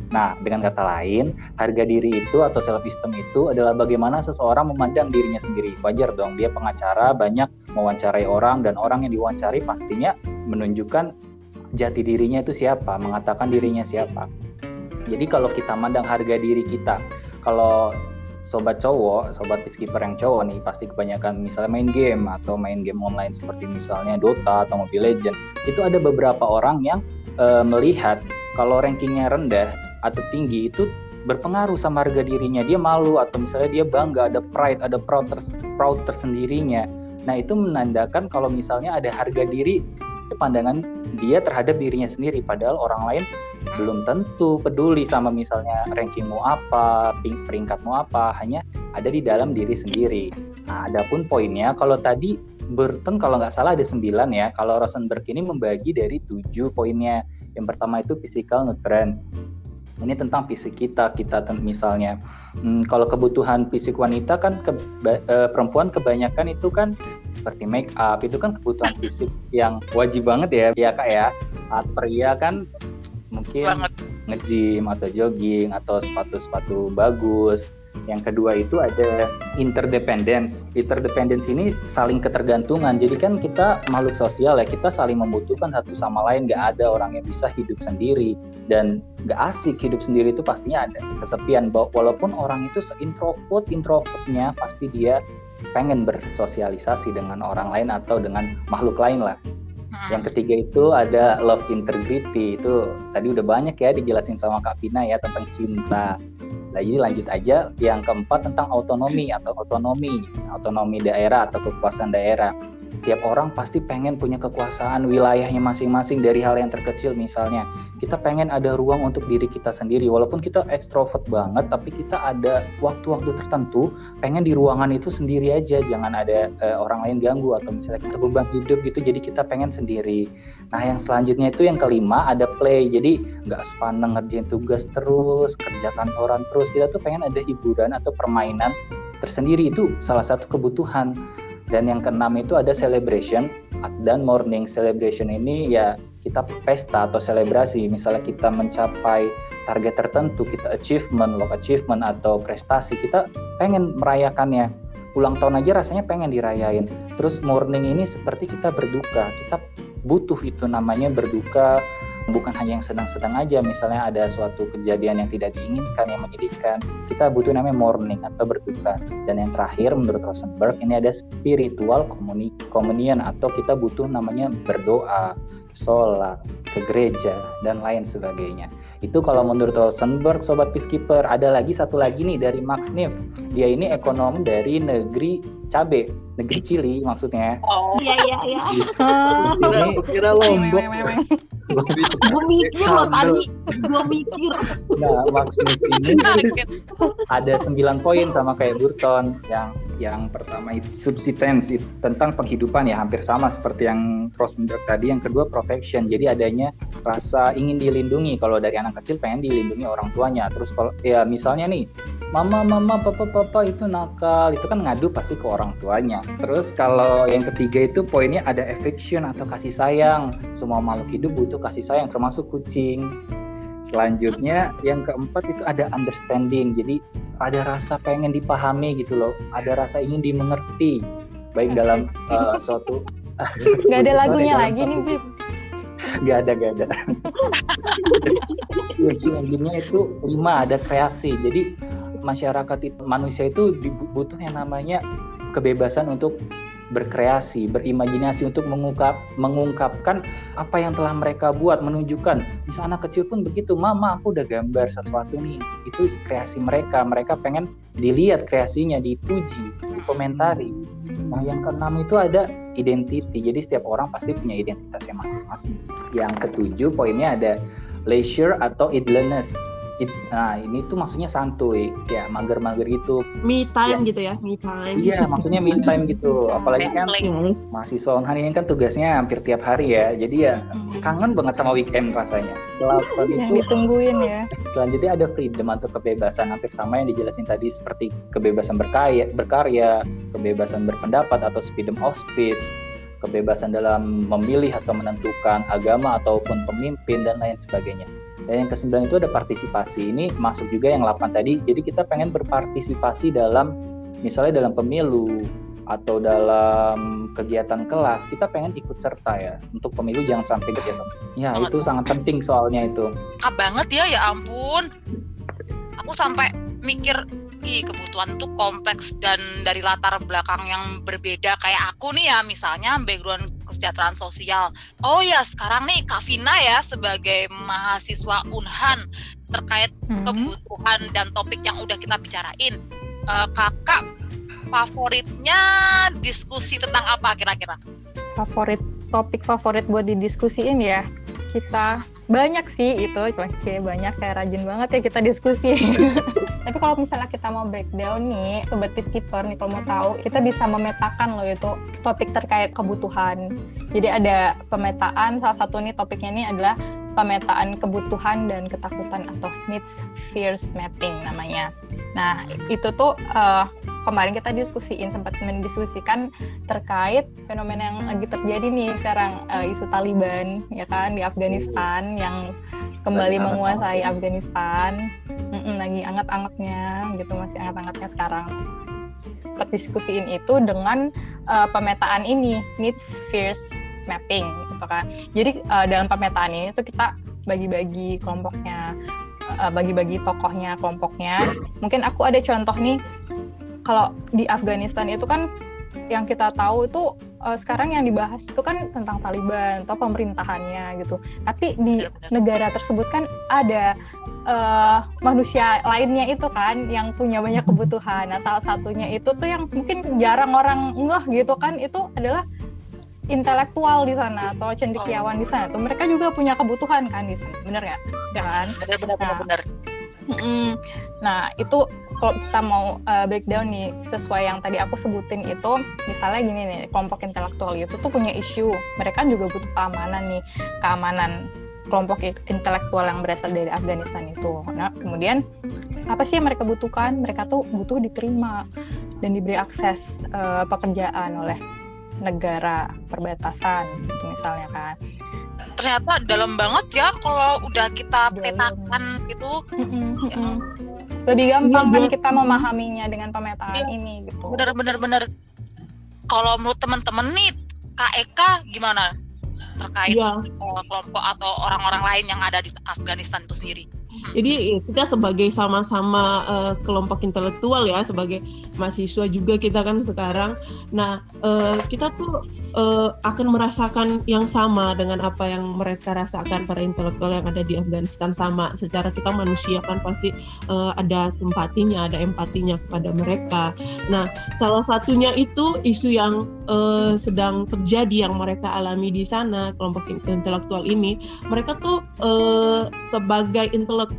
Nah, dengan kata lain, harga diri itu atau self-esteem itu adalah bagaimana seseorang memandang dirinya sendiri. Wajar dong, dia pengacara, banyak mewawancarai orang, dan orang yang diwawancari pastinya menunjukkan jati dirinya itu siapa, mengatakan dirinya siapa. Jadi kalau kita mandang harga diri kita, kalau sobat cowok, sobat peacekeeper yang cowok nih, pasti kebanyakan misalnya main game atau main game online seperti misalnya Dota atau Mobile Legends, itu ada beberapa orang yang e, melihat kalau rankingnya rendah atau tinggi itu berpengaruh sama harga dirinya. Dia malu atau misalnya dia bangga, ada pride, ada proud, ters- proud tersendirinya. Nah, itu menandakan kalau misalnya ada harga diri, pandangan dia terhadap dirinya sendiri, padahal orang lain belum tentu peduli sama misalnya rankingmu apa, peringkatmu apa, hanya ada di dalam diri sendiri. Nah, adapun poinnya, kalau tadi Burton kalau nggak salah ada sembilan ya, kalau Rosenberg ini membagi dari tujuh poinnya. Yang pertama itu physical nutrients. Ini tentang fisik kita, kita misalnya hmm, kalau kebutuhan fisik wanita kan ke, eh, perempuan kebanyakan itu kan seperti make up, itu kan kebutuhan fisik yang wajib banget ya, ya kak ya. Saat pria kan mungkin nge-gym atau jogging atau sepatu-sepatu bagus. Yang kedua itu ada interdependence. Interdependence ini saling ketergantungan. Jadi kan kita makhluk sosial ya, kita saling membutuhkan satu sama lain. Gak ada orang yang bisa hidup sendiri, dan gak asik hidup sendiri itu pastinya ada kesepian. Walaupun orang itu se-introvert, introvertnya pasti dia pengen bersosialisasi dengan orang lain atau dengan makhluk lain lah. Yang ketiga itu ada love integrity. Itu tadi udah banyak ya dijelasin sama Kak Vina ya tentang cinta. Nah, jadi lanjut aja. Yang keempat tentang autonomi atau otonomi, otonomi daerah atau kekuasaan daerah. Tiap orang pasti pengen punya kekuasaan wilayahnya masing-masing dari hal yang terkecil. Misalnya kita pengen ada ruang untuk diri kita sendiri, walaupun kita ekstrovert banget, tapi kita ada waktu-waktu tertentu pengen di ruangan itu sendiri aja, jangan ada uh, orang lain ganggu, atau misalnya kita beban hidup gitu, jadi kita pengen sendiri. Nah, yang selanjutnya itu yang kelima ada play. Jadi nggak sepaneng ngerjain tugas terus, kerja kantoran terus, kita tuh pengen ada hiburan atau permainan tersendiri. Itu salah satu kebutuhan. Dan yang keenam itu ada celebration dan mourning. Celebration ini ya kita pesta atau selebrasi. Misalnya kita mencapai target tertentu, kita achievement, low achievement atau prestasi, kita pengen merayakannya. Ulang tahun aja rasanya pengen dirayain. Terus mourning ini seperti kita berduka. Kita butuh itu namanya berduka, bukan hanya yang sedang-sedang aja. Misalnya ada suatu kejadian yang tidak diinginkan, yang menyedihkan, kita butuh namanya mourning atau berduka. Dan yang terakhir menurut Rosenberg ini ada spiritual communion atau kita butuh namanya berdoa, sholat, ke gereja, dan lain sebagainya. Itu kalau menurut Rosenberg, Sobat Peacekeeper. Ada lagi satu lagi nih dari Max Niff. Dia ini ekonom dari negeri cabe, negeri Chili maksudnya. Oh iya iya iya. Ini kira Lombok. Gue mikir loh tadi, gue mikir. Nah, Max Niff ini ada sembilan poin sama kayak Burton. Yang yang pertama itu subsistence, itu tentang penghidupan ya, hampir sama seperti yang Rosenberg tadi. Yang kedua protection, jadi adanya rasa ingin dilindungi. Kalau dari anak kecil pengen dilindungi orang tuanya. Terus kalau ya misalnya nih, mama mama papa papa itu nakal, itu kan ngadu pasti ke orang tuanya. Terus kalau yang ketiga itu poinnya ada affection atau kasih sayang. Semua makhluk hidup butuh kasih sayang, termasuk kucing. Selanjutnya yang keempat itu ada understanding, jadi ada rasa pengen dipahami gitu loh, ada rasa ingin dimengerti, baik dalam uh, suatu nggak ada lagunya lagi nih Bib. Gak ada, gak ada. Selanjutnya itu lima, ada kreasi. Jadi masyarakat itu, manusia itu butuh yang namanya kebebasan untuk berkreasi, berimajinasi, untuk mengungkap, mengungkapkan apa yang telah mereka buat, menunjukkan. Misal anak kecil pun begitu, mama aku udah gambar sesuatu nih, itu kreasi mereka, mereka pengen dilihat kreasinya, dipuji, dikomentari. Nah yang keenam itu ada identity, jadi setiap orang pasti punya identitasnya masing-masing. Yang ketujuh poinnya ada leisure atau idleness. It, nah ini tuh maksudnya santuy, ya mager-mager gitu. Me time ya. gitu ya, me time. Iya, maksudnya me time gitu. Apalagi kan mahasiswa Unhan ini kan tugasnya hampir tiap hari ya, jadi ya kangen banget sama weekend rasanya. Selain Yang itu ditungguin ya. Selanjutnya ada freedom atau kebebasan, hampir sama yang dijelasin tadi, seperti kebebasan berkarya, berkarya, kebebasan berpendapat atau freedom of speech, kebebasan dalam memilih atau menentukan agama ataupun pemimpin dan lain sebagainya. Dan yang kesembilan itu ada partisipasi. Ini masuk juga yang delapan tadi. Jadi kita pengen berpartisipasi dalam, misalnya dalam pemilu atau dalam kegiatan kelas, kita pengen ikut serta ya. Untuk pemilu jangan sampai gitu ya. Ya Banget. itu sangat penting soalnya itu. Lengkap banget ya, ya ampun. Aku sampai mikir, ih kebutuhan tuh kompleks dan dari latar belakang yang berbeda. Kayak aku nih ya, misalnya background kesejahteraan sosial. Oh ya, sekarang nih Kak Vina ya sebagai mahasiswa Unhan terkait Hmm. kebutuhan dan topik yang udah kita bicarain. Eh, kakak favoritnya diskusi tentang apa kira-kira? Favorit topik favorit buat didiskusiin ya, kita banyak sih itu, c banyak, kayak rajin banget ya kita diskusi. Tapi kalau misalnya kita mau breakdown nih, sobat peacekeeper nih, kalau mau tahu, kita bisa memetakan loh itu topik terkait kebutuhan. Jadi ada pemetaan, salah satu nih topiknya ini adalah pemetaan kebutuhan dan ketakutan atau needs fears mapping namanya. Nah itu tuh uh, kemarin kita diskusiin, sempat mendiskusikan terkait fenomena yang lagi terjadi nih sekarang, uh, isu Taliban ya kan di Afghanistan yang kembali Lagi menguasai hangat-hangatnya. Afghanistan. Mm-mm, lagi anget-angetnya gitu, masih anget-angetnya sekarang. Sempat diskusiin itu dengan uh, pemetaan ini, needs fears mapping gitu kan. Jadi uh, dalam pemetaan ini tuh kita bagi-bagi kelompoknya, uh, bagi-bagi tokohnya, kelompoknya. Mungkin aku ada contoh nih, kalau di Afghanistan itu kan yang kita tahu itu uh, sekarang yang dibahas itu kan tentang Taliban atau pemerintahannya gitu. Tapi di Benar-benar. negara tersebut kan ada uh, manusia lainnya itu kan yang punya banyak kebutuhan. Nah salah satunya itu tuh yang mungkin jarang orang ngeh gitu kan, itu adalah intelektual di sana atau cendekiawan di sana. Tuh mereka juga punya kebutuhan kan di sana, bener ya? Ya kan? Benar-benar Nah. benar. Mm-mm. Nah itu kalau kita mau uh, breakdown nih sesuai yang tadi aku sebutin itu, misalnya gini nih, kelompok intelektual itu tuh punya isu, mereka juga butuh keamanan nih, keamanan kelompok intelektual yang berasal dari Afghanistan itu. Nah kemudian apa sih yang mereka butuhkan? Mereka tuh butuh diterima dan diberi akses uh, pekerjaan oleh negara perbatasan gitu misalnya kan. Ternyata dalam banget ya kalau udah kita Dalam. petakan gitu. Mm-mm, Ya mm-mm. Lebih gampang Iya, kan iya. kita memahaminya dengan pemetaan Iya. ini gitu. Bener-bener bener. Kalau menurut teman-teman nih, Kak Eka gimana terkait Iya. uh, kelompok atau orang-orang lain yang ada di Afghanistan itu sendiri? Jadi ya, kita sebagai sama-sama uh, kelompok intelektual ya, sebagai mahasiswa juga kita kan sekarang. Nah, uh, kita tuh uh, akan merasakan yang sama dengan apa yang mereka rasakan para intelektual yang ada di Afghanistan, sama. Secara kita manusia kan pasti uh, ada simpatinya, ada empatinya kepada mereka. Nah, salah satunya itu isu yang uh, sedang terjadi yang mereka alami di sana, kelompok intelektual ini. Mereka tuh uh, sebagai intelektual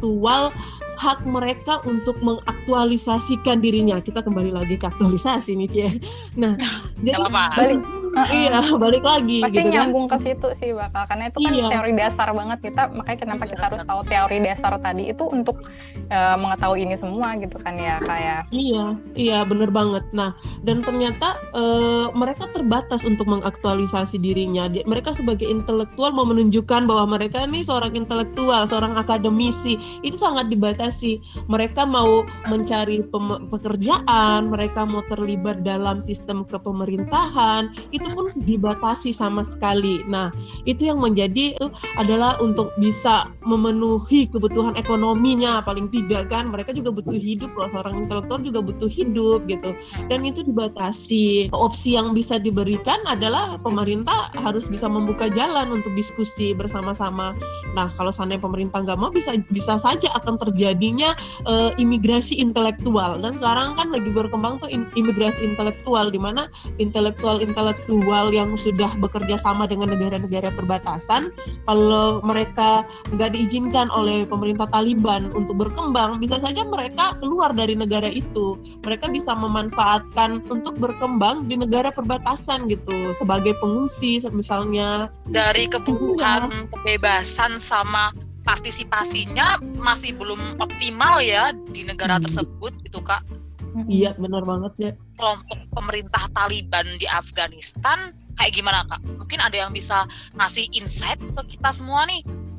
hak mereka untuk mengaktualisasikan dirinya. Kita kembali lagi ke aktualisasi nih, Cie. Nah, jadi Gak apa-apa. Balik, iya, balik lagi pasti gitu kan. nyambung ke situ sih bakal, karena itu kan Iya. teori dasar banget kita, makanya kenapa kita harus tahu teori dasar tadi itu untuk uh, mengetahui ini semua gitu kan ya, kayak Iya, iya bener banget. Nah, dan ternyata eh, mereka terbatas untuk mengaktualisasi dirinya. Di- Mereka sebagai intelektual mau menunjukkan bahwa mereka nih seorang intelektual, seorang akademisi. Itu sangat dibatasi. Mereka mau mencari pem- pekerjaan, mereka mau terlibat dalam sistem kepemerintahan, itu pun dibatasi sama sekali. Nah, itu yang menjadi itu adalah untuk bisa memenuhi kebutuhan ekonominya paling tidak kan. Mereka juga butuh hidup loh, seorang intelektual juga butuh hidup gitu, dan itu dibatasi. Opsi yang bisa diberikan adalah pemerintah harus bisa membuka jalan untuk diskusi bersama-sama. Nah, kalau seandainya pemerintah nggak mau, bisa bisa saja akan terjadinya uh, imigrasi intelektual. Dan sekarang kan lagi berkembang tuh in- imigrasi intelektual, di mana intelektual-intelektual yang sudah bekerja sama dengan negara-negara perbatasan, kalau mereka nggak diizinkan oleh pemerintah Taliban untuk berkembang, bisa saja mereka keluar dari negara itu. Mereka bisa memanfaatkan untuk berkembang di negara perbatasan gitu, sebagai pengungsi misalnya. Dari kebutuhan kebebasan sama partisipasinya masih belum optimal ya di negara Hmm. tersebut gitu Kak. Iya, benar banget ya. Kelompok pemerintah Taliban di Afghanistan kayak gimana Kak? Mungkin ada yang bisa ngasih insight ke kita semua nih.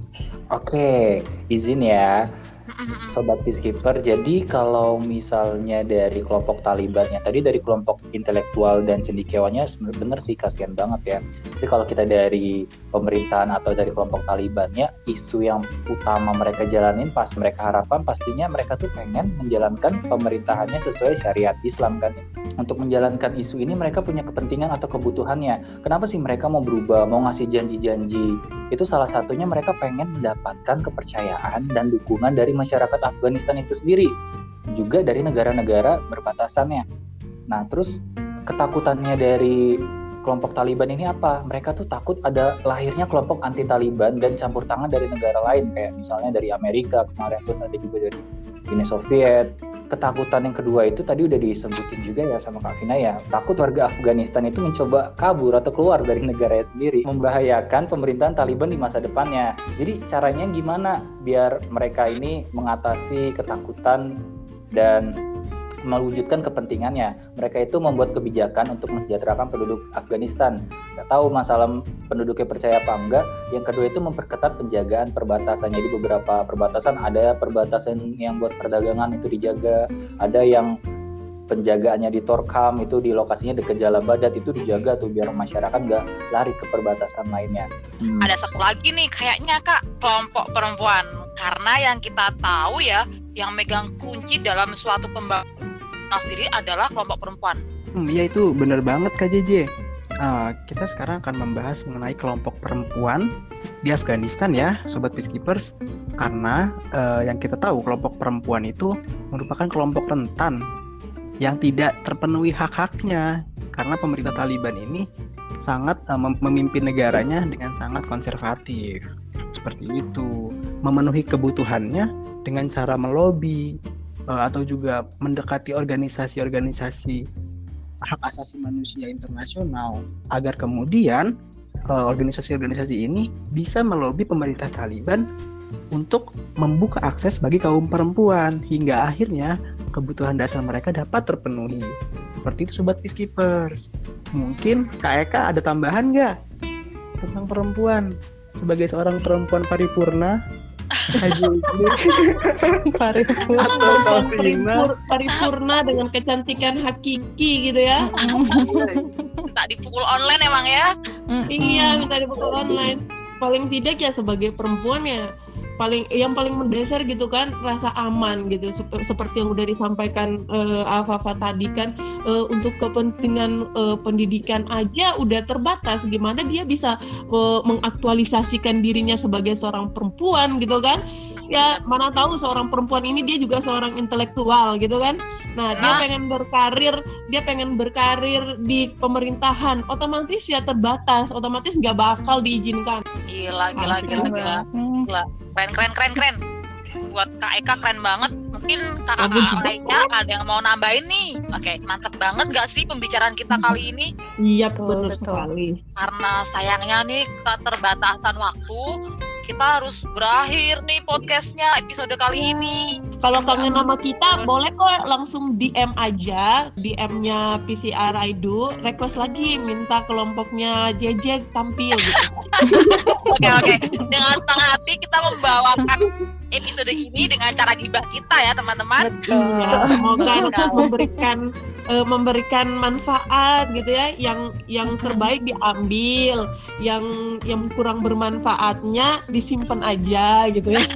Oke, izin ya, Sobat Peacekeeper. Jadi kalau misalnya dari kelompok Taliban, ya tadi dari kelompok intelektual dan cendekiawannya bener sih kasihan banget ya. Tapi kalau kita dari pemerintahan atau dari kelompok Talibannya, isu yang utama mereka jalanin pas mereka harapan pastinya mereka tuh pengen menjalankan pemerintahannya sesuai syariat Islam kan. Untuk menjalankan isu ini mereka punya kepentingan atau kebutuhannya. Kenapa sih mereka mau berubah, mau ngasih janji-janji? Itu salah satunya mereka pengen mendapatkan kepercayaan dan dukungan dari masyarakat Afghanistan itu sendiri, juga dari negara-negara berbatasannya. Nah, terus ketakutannya dari kelompok Taliban ini apa? Mereka tuh takut ada lahirnya kelompok anti Taliban dan campur tangan dari negara lain, kayak misalnya dari Amerika kemarin, terus ada juga dari Uni Soviet. Ketakutan yang kedua itu tadi udah disebutin juga ya sama Kak Vina ya, takut warga Afghanistan itu mencoba kabur atau keluar dari negaranya sendiri, membahayakan pemerintahan Taliban di masa depannya. Jadi caranya gimana biar mereka ini mengatasi ketakutan dan mewujudkan kepentingannya? Mereka itu membuat kebijakan untuk mensejahterakan penduduk Afghanistan. Gak tahu masalah penduduknya percaya apa enggak. Yang kedua itu memperketat penjagaan perbatasan. Jadi beberapa perbatasan, ada perbatasan yang buat perdagangan itu dijaga, ada yang penjagaannya di Torkham itu di lokasinya dekat Jalalabad itu dijaga tuh biar masyarakat nggak lari ke perbatasan lainnya. Hmm. Ada satu lagi nih kayaknya Kak, kelompok perempuan. Karena yang kita tahu ya, yang megang kunci dalam suatu pembangunan sendiri adalah kelompok perempuan. Hmm, iya itu benar banget Kak J J. Uh, kita sekarang akan membahas mengenai kelompok perempuan di Afghanistan ya, Sobat Peacekeepers. Karena uh, yang kita tahu kelompok perempuan itu merupakan kelompok rentan yang tidak terpenuhi hak-haknya. Karena pemerintah Taliban ini sangat uh, memimpin negaranya dengan sangat konservatif. Seperti itu. Memenuhi kebutuhannya dengan cara melobi uh, atau juga mendekati organisasi-organisasi hak asasi manusia internasional agar kemudian uh, organisasi-organisasi ini bisa melobi pemerintah Taliban untuk membuka akses bagi kaum perempuan hingga akhirnya kebutuhan dasar mereka dapat terpenuhi. Seperti itu Sobat Peacekeepers. Mungkin Kak Eka ada tambahan nggak tentang perempuan sebagai seorang perempuan paripurna? Haji paripurna, paripur, paripurna dengan kecantikan hakiki gitu ya. Minta dipukul online emang ya. Iya, minta dipukul online. Paling tidak ya sebagai perempuan ya paling yang paling mendasar gitu kan, rasa aman gitu, seperti yang udah disampaikan uh, Afafa tadi kan, uh, untuk kepentingan uh, pendidikan aja udah terbatas, gimana dia bisa uh, mengaktualisasikan dirinya sebagai seorang perempuan gitu kan. Ya mana tahu seorang perempuan ini dia juga seorang intelektual gitu kan. Nah, dia pengen berkarir, dia pengen berkarir di pemerintahan, otomatis ya terbatas, otomatis nggak bakal diizinkan. Gila, gila, gila, gila, gila. Keren, keren, keren, keren. Buat Kak Eka keren banget. Mungkin kakak-kakak lainnya ada yang mau nambahin nih. Oke, mantap banget gak sih pembicaraan kita kali ini? Iya, betul sekali. Karena sayangnya nih keterbatasan waktu, kita harus berakhir nih podcastnya episode kali ini. Kalau kangen nama kita, boleh kok langsung D M aja, D M-nya P C R I D U, request lagi, minta kelompoknya J J tampil gitu. Oke oke, dengan senang hati kita membawakan episode ini dengan cara gibah kita ya teman-teman. Betul. Semoga memberikan uh, memberikan manfaat gitu ya, yang yang terbaik diambil, yang yang kurang bermanfaatnya disimpan aja gitu ya.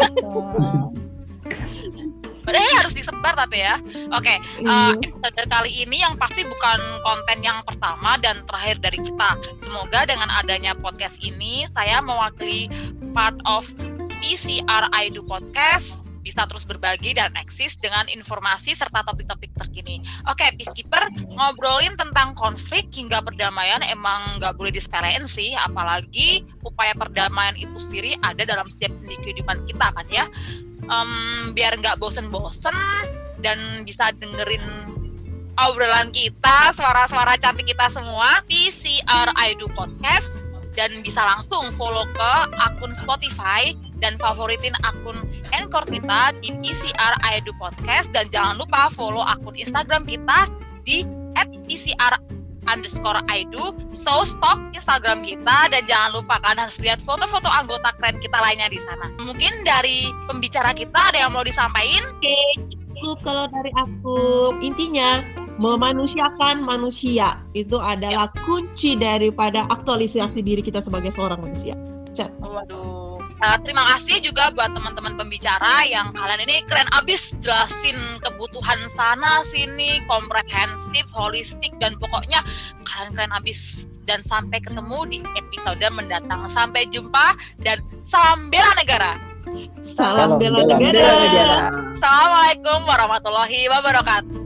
Padahal harus disebar tapi ya. Oke, uh, episode kali ini yang pasti bukan konten yang pertama dan terakhir dari kita. Semoga dengan adanya podcast ini, saya mewakili part of P C R I D U Podcast bisa terus berbagi dan eksis dengan informasi serta topik-topik terkini. Oke, Peacekeeper, ngobrolin tentang konflik hingga perdamaian emang nggak boleh disepelein sih, apalagi upaya perdamaian itu sendiri ada dalam setiap sendi kehidupan kita kan ya. Um, biar nggak bosen-bosen dan bisa dengerin obrolan kita, suara-suara cantik kita semua, P C R I D U Podcast, dan bisa langsung follow ke akun Spotify dan favoritin akun Anchor kita di P C R I D U Podcast, dan jangan lupa follow akun Instagram kita di at P C R underscore aidu. So stalk Instagram kita dan jangan lupa kan harus lihat foto-foto anggota keren kita lainnya di sana. Mungkin dari pembicara kita ada yang mau disampaikan? Oke, cukup kalau dari aku. Intinya memanusiakan manusia itu adalah kunci daripada aktualisasi diri kita sebagai seorang manusia. Chat. Waduh. Uh, terima kasih juga buat teman-teman pembicara yang kalian ini keren abis jelasin kebutuhan sana sini, komprehensif, holistik, dan pokoknya kalian keren abis. Dan sampai ketemu di episode mendatang. Sampai jumpa dan salam bela negara. Salam, Salam bela bela negara. negara. Assalamualaikum warahmatullahi wabarakatuh.